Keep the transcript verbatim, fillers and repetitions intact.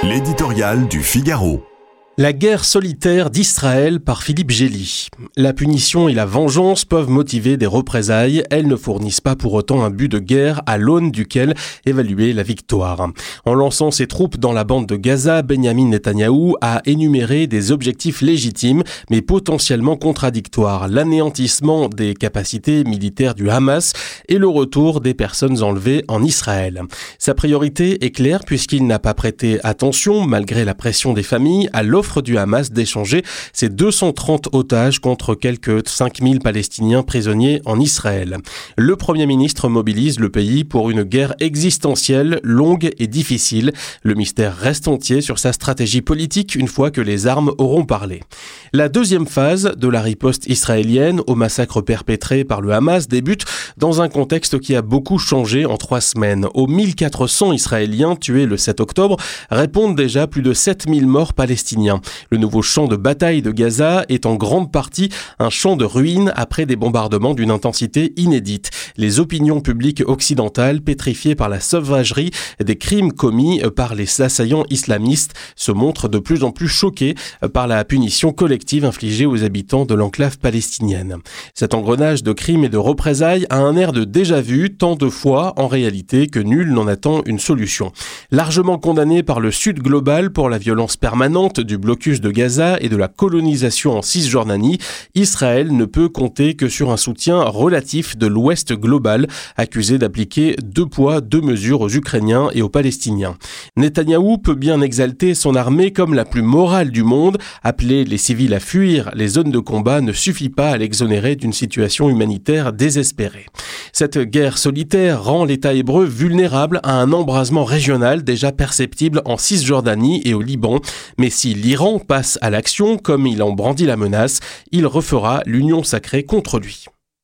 L'éditorial du Figaro. La guerre solitaire d'Israël par Philippe Gély. La punition et la vengeance peuvent motiver des représailles. Elles ne fournissent pas pour autant un but de guerre à l'aune duquel évaluer la victoire. En lançant ses troupes dans la bande de Gaza, Benyamin Netanyahou a énuméré des objectifs légitimes mais potentiellement contradictoires. L'anéantissement des capacités militaires du Hamas et le retour des personnes enlevées en Israël. Sa priorité est claire puisqu'il n'a pas prêté attention, malgré la pression des familles, à l'offre du Hamas d'échanger ses deux cent trente otages contre quelques cinq mille Palestiniens prisonniers en Israël. Le Premier ministre mobilise le pays pour une guerre existentielle, longue et difficile. Le mystère reste entier sur sa stratégie politique une fois que les armes auront parlé. La deuxième phase de la riposte israélienne au massacre perpétré par le Hamas débute dans un contexte qui a beaucoup changé en trois semaines. Aux mille quatre cents Israéliens tués le sept octobre répondent déjà plus de sept mille morts palestiniens. Le nouveau champ de bataille de Gaza est en grande partie un champ de ruines après des bombardements d'une intensité inédite. Les opinions publiques occidentales, pétrifiées par la sauvagerie des crimes commis par les assaillants islamistes, se montrent de plus en plus choquées par la punition collective infligée aux habitants de l'enclave palestinienne. Cet engrenage de crimes et de représailles a un air de déjà-vu tant de fois en réalité que nul n'en attend une solution. Largement condamné par le Sud global pour la violence permanente du blocus de Gaza et de la colonisation en Cisjordanie, Israël ne peut compter que sur un soutien relatif de l'Ouest global, accusé d'appliquer deux poids, deux mesures aux Ukrainiens et aux Palestiniens. Netanyahou peut bien exalter son armée comme la plus morale du monde. Appeler les civils à fuir les zones de combat ne suffit pas à l'exonérer d'une situation humanitaire désespérée. Cette guerre solitaire rend l'État hébreu vulnérable à un embrasement régional déjà perceptible en Cisjordanie et au Liban. Mais si l'Iran passe à l'action, comme il en brandit la menace, il refera l'union sacrée contre lui.